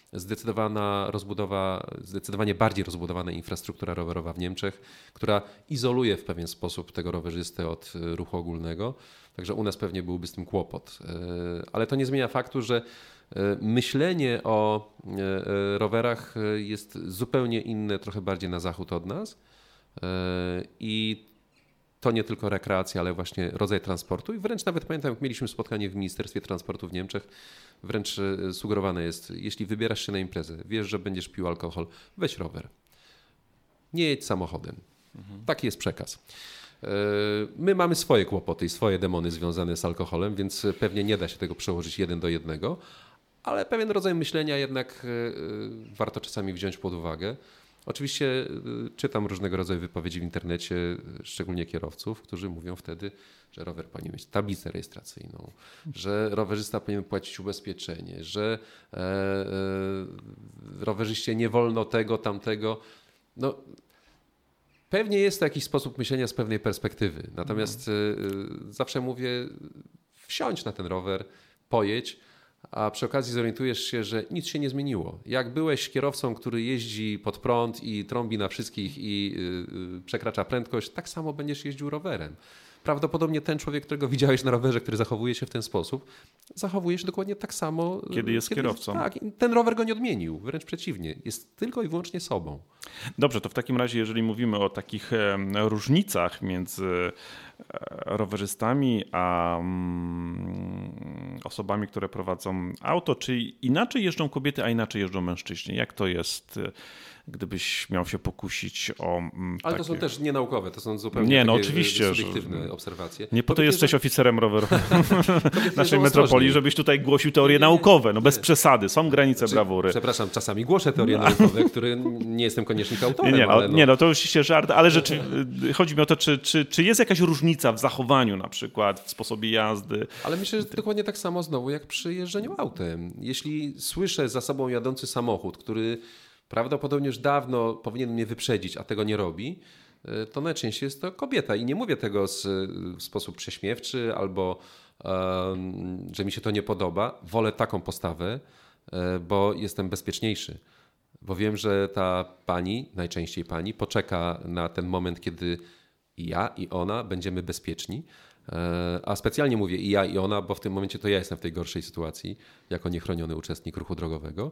zdecydowanie bardziej rozbudowana infrastruktura rowerowa w Niemczech, która izoluje w pewien sposób tego rowerzystę od ruchu ogólnego. Także u nas pewnie byłby z tym kłopot. Ale to nie zmienia faktu, że myślenie o rowerach jest zupełnie inne, trochę bardziej na zachód od nas. I to nie tylko rekreacja, ale właśnie rodzaj transportu. I wręcz nawet pamiętam, jak mieliśmy spotkanie w Ministerstwie Transportu w Niemczech, wręcz sugerowane jest, jeśli wybierasz się na imprezę, wiesz, że będziesz pił alkohol, weź rower. Nie jedź samochodem. Taki jest przekaz. My mamy swoje kłopoty i swoje demony związane z alkoholem, więc pewnie nie da się tego przełożyć 1 do 1, ale pewien rodzaj myślenia jednak warto czasami wziąć pod uwagę. Oczywiście czytam różnego rodzaju wypowiedzi w internecie, szczególnie kierowców, którzy mówią wtedy, że rower powinien mieć tablicę rejestracyjną, że rowerzysta powinien płacić ubezpieczenie, że rowerzyście nie wolno tego, tamtego. No, pewnie jest to jakiś sposób myślenia z pewnej perspektywy. Natomiast zawsze mówię, wsiądź na ten rower, pojedź, a przy okazji zorientujesz się, że nic się nie zmieniło. Jak byłeś kierowcą, który jeździ pod prąd i trąbi na wszystkich i przekracza prędkość, tak samo będziesz jeździł rowerem. Prawdopodobnie ten człowiek, którego widziałeś na rowerze, który zachowuje się w ten sposób, zachowuje się dokładnie tak samo. Kiedy jest kierowcą. Tak, ten rower go nie odmienił, wręcz przeciwnie. Jest tylko i wyłącznie sobą. Dobrze, to w takim razie, jeżeli mówimy o takich różnicach między rowerzystami a osobami, które prowadzą auto, czy inaczej jeżdżą kobiety, a inaczej jeżdżą mężczyźni? Jak to jest, gdybyś miał się pokusić o Ale to są też nienaukowe, to są zupełnie oczywiście, subiektywne obserwacje. Nie po to jesteś oficerem rowerowym naszej metropolii, żebyś tutaj głosił teorie naukowe. No bez przesady, są granice brawury. Przepraszam, czasami głoszę teorie naukowe, które nie jestem koniecznie autorem. Nie, to oczywiście żart, ale chodzi mi o to, czy jest jakaś różnica w zachowaniu na przykład, w sposobie jazdy. Ale myślę, że dokładnie tak samo znowu jak przy jeżdżeniu autem. Jeśli słyszę za sobą jadący samochód, który prawdopodobnie już dawno powinien mnie wyprzedzić, a tego nie robi, to najczęściej jest to kobieta. I nie mówię tego w sposób prześmiewczy albo że mi się to nie podoba. Wolę taką postawę, bo jestem bezpieczniejszy. Bo wiem, że ta pani, najczęściej pani, poczeka na ten moment, kiedy i ja, i ona będziemy bezpieczni. A specjalnie mówię i ja, i ona, bo w tym momencie to ja jestem w tej gorszej sytuacji jako niechroniony uczestnik ruchu drogowego.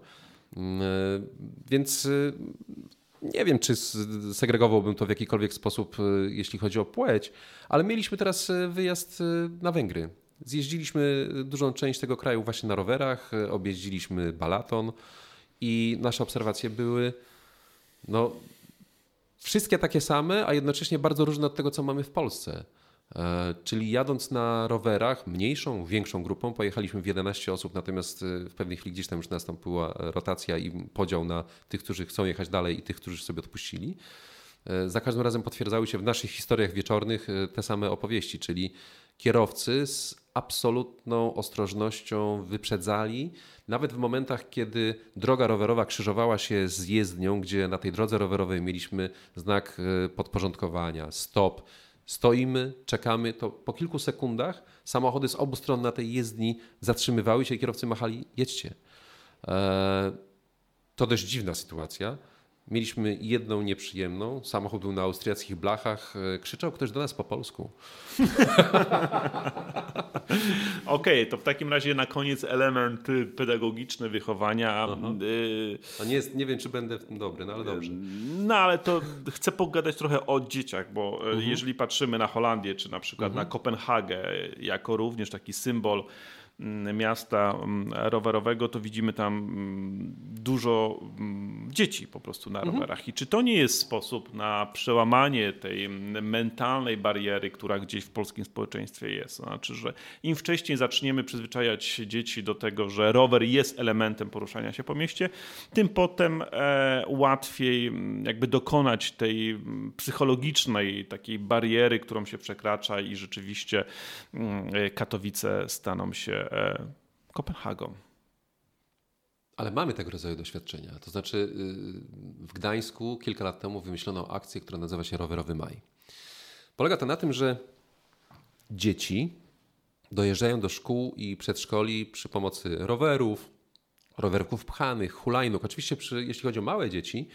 Więc nie wiem, czy segregowałbym to w jakikolwiek sposób, jeśli chodzi o płeć, ale mieliśmy teraz wyjazd na Węgry. Zjeździliśmy dużą część tego kraju właśnie na rowerach, objeździliśmy Balaton i nasze obserwacje były wszystkie takie same, a jednocześnie bardzo różne od tego, co mamy w Polsce. Czyli jadąc na rowerach, mniejszą, większą grupą, pojechaliśmy w 11 osób, natomiast w pewnej chwili gdzieś tam już nastąpiła rotacja i podział na tych, którzy chcą jechać dalej i tych, którzy sobie odpuścili. Za każdym razem potwierdzały się w naszych historiach wieczornych te same opowieści, czyli kierowcy z absolutną ostrożnością wyprzedzali, nawet w momentach, kiedy droga rowerowa krzyżowała się z jezdnią, gdzie na tej drodze rowerowej mieliśmy znak podporządkowania, stop. Stoimy, czekamy, to po kilku sekundach samochody z obu stron na tej jezdni zatrzymywały się i kierowcy machali, jedźcie. To dość dziwna sytuacja. Mieliśmy jedną nieprzyjemną, samochód był na austriackich blachach, krzyczał ktoś do nas po polsku. Okej, to w takim razie na koniec element pedagogiczny wychowania. Nie wiem, czy będę w tym dobry, no ale dobrze. No ale to chcę pogadać trochę o dzieciach, bo jeżeli patrzymy na Holandię, czy na przykład na Kopenhagę, jako również taki symbol miasta rowerowego, to widzimy tam dużo dzieci po prostu na rowerach. I czy to nie jest sposób na przełamanie tej mentalnej bariery, która gdzieś w polskim społeczeństwie jest? Znaczy, że im wcześniej zaczniemy przyzwyczajać dzieci do tego, że rower jest elementem poruszania się po mieście, tym potem łatwiej jakby dokonać tej psychologicznej takiej bariery, którą się przekracza i rzeczywiście Katowice staną się Kopenhagą. Ale mamy tego rodzaju doświadczenia. To znaczy w Gdańsku kilka lat temu wymyślono akcję, która nazywa się Rowerowy Maj. Polega to na tym, że dzieci dojeżdżają do szkół i przedszkoli przy pomocy rowerów, rowerków pchanych, hulajnóg. Oczywiście jeśli chodzi o małe dzieci,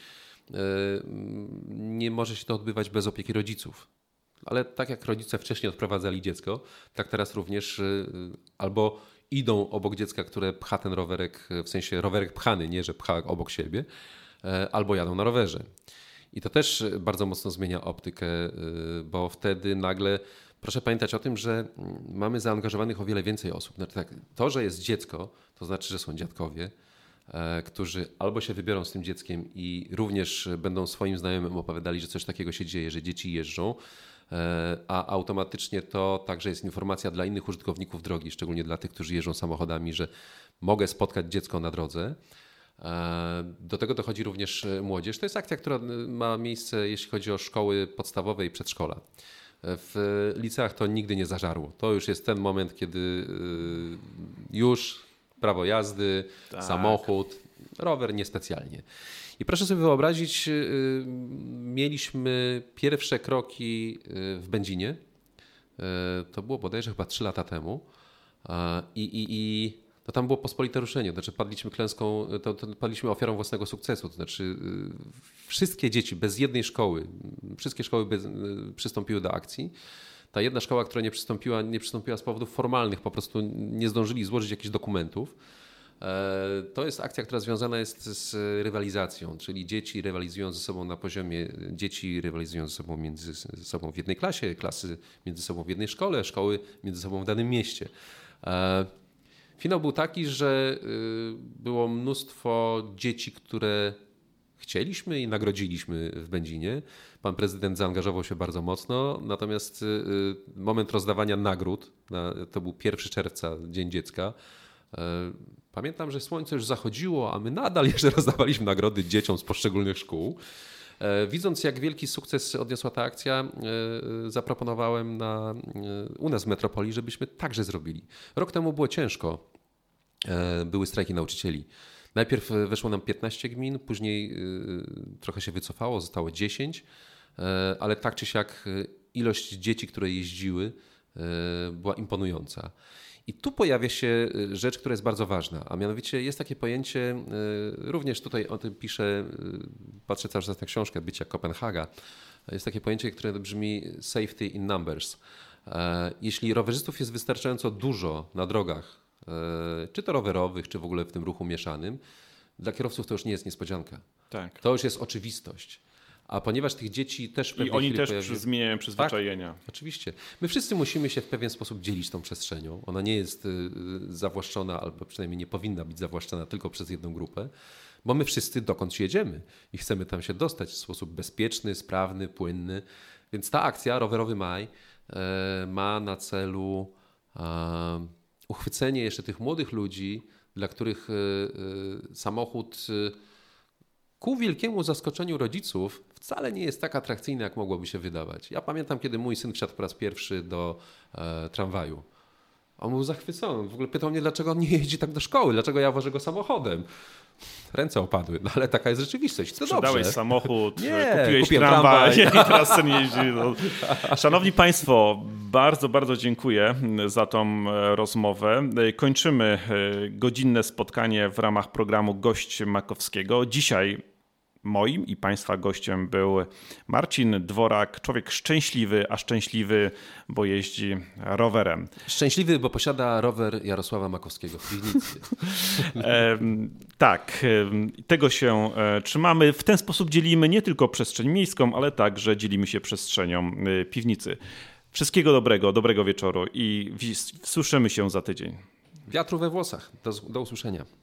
nie może się to odbywać bez opieki rodziców. Ale tak jak rodzice wcześniej odprowadzali dziecko, tak teraz również albo idą obok dziecka, które pcha ten rowerek, w sensie rowerek pchany, nie że pcha obok siebie, albo jadą na rowerze. I to też bardzo mocno zmienia optykę, bo wtedy nagle, proszę pamiętać o tym, że mamy zaangażowanych o wiele więcej osób. Znaczy tak, to, że jest dziecko, to znaczy, że są dziadkowie, którzy albo się wybiorą z tym dzieckiem i również będą swoim znajomym opowiadali, że coś takiego się dzieje, że dzieci jeżdżą, a automatycznie to także jest informacja dla innych użytkowników drogi, szczególnie dla tych, którzy jeżdżą samochodami, że mogę spotkać dziecko na drodze. Do tego dochodzi również młodzież. To jest akcja, która ma miejsce, jeśli chodzi o szkoły podstawowe i przedszkola. W liceach to nigdy nie zażarło. To już jest ten moment, kiedy już prawo jazdy, samochód, rower niespecjalnie. I proszę sobie wyobrazić, mieliśmy pierwsze kroki w Będzinie. To było bodajże chyba 3 lata temu. I to tam było pospolite ruszenie. Znaczy padliśmy klęską, padliśmy ofiarą własnego sukcesu. To znaczy wszystkie dzieci bez jednej szkoły, wszystkie szkoły przystąpiły do akcji. Ta jedna szkoła, która nie przystąpiła z powodów formalnych, po prostu nie zdążyli złożyć jakichś dokumentów. To jest akcja, która związana jest z rywalizacją, czyli dzieci rywalizują ze sobą na poziomie, dzieci rywalizują ze sobą między sobą w jednej klasie, klasy między sobą w jednej szkole, szkoły między sobą w danym mieście. Finał był taki, że było mnóstwo dzieci, które chcieliśmy i nagrodziliśmy w Będzinie. Pan prezydent zaangażował się bardzo mocno, natomiast moment rozdawania nagród, to był 1 czerwca, Dzień Dziecka. Pamiętam, że słońce już zachodziło, a my nadal jeszcze rozdawaliśmy nagrody dzieciom z poszczególnych szkół. Widząc, jak wielki sukces odniosła ta akcja, zaproponowałem u nas w Metropolii, żebyśmy także zrobili. Rok temu było ciężko. Były strajki nauczycieli. Najpierw weszło nam 15 gmin, później trochę się wycofało, zostało 10, ale tak czy siak ilość dzieci, które jeździły, była imponująca. I tu pojawia się rzecz, która jest bardzo ważna, a mianowicie jest takie pojęcie, również tutaj o tym piszę, patrzę cały czas na książkę Bycia Kopenhaga, jest takie pojęcie, które brzmi safety in numbers. Jeśli rowerzystów jest wystarczająco dużo na drogach, czy to rowerowych, czy w ogóle w tym ruchu mieszanym, dla kierowców to już nie jest niespodzianka. Tak. To już jest oczywistość. A ponieważ tych dzieci też w pewnej chwili też zmieniają przyzwyczajenia. Tak, oczywiście. My wszyscy musimy się w pewien sposób dzielić tą przestrzenią. Ona nie jest zawłaszczona, albo przynajmniej nie powinna być zawłaszczona tylko przez jedną grupę, bo my wszyscy dokądś jedziemy i chcemy tam się dostać w sposób bezpieczny, sprawny, płynny. Więc ta akcja Rowerowy Maj ma na celu uchwycenie jeszcze tych młodych ludzi, dla których samochód ku wielkiemu zaskoczeniu rodziców wcale nie jest tak atrakcyjne, jak mogłoby się wydawać. Ja pamiętam, kiedy mój syn wsiadł po raz pierwszy do tramwaju. On był zachwycony. W ogóle pytał mnie, dlaczego on nie jeździ tak do szkoły, dlaczego ja wożę go samochodem. Ręce opadły, no ale taka jest rzeczywistość. To sprzedałeś dobrze. samochód, Nie, kupiłeś tramwaj i teraz syn jeździ. No. Szanowni Państwo, bardzo, bardzo dziękuję za tą rozmowę. Kończymy godzinne spotkanie w ramach programu Gość Makowskiego. Dzisiaj moim i Państwa gościem był Marcin Dworak, człowiek szczęśliwy, a szczęśliwy, bo jeździ rowerem. Szczęśliwy, bo posiada rower Jarosława Makowskiego w piwnicy. Tak, tego się trzymamy. W ten sposób dzielimy nie tylko przestrzeń miejską, ale także dzielimy się przestrzenią piwnicy. Wszystkiego dobrego, dobrego wieczoru i słyszymy się za tydzień. Wiatru we włosach. Do usłyszenia.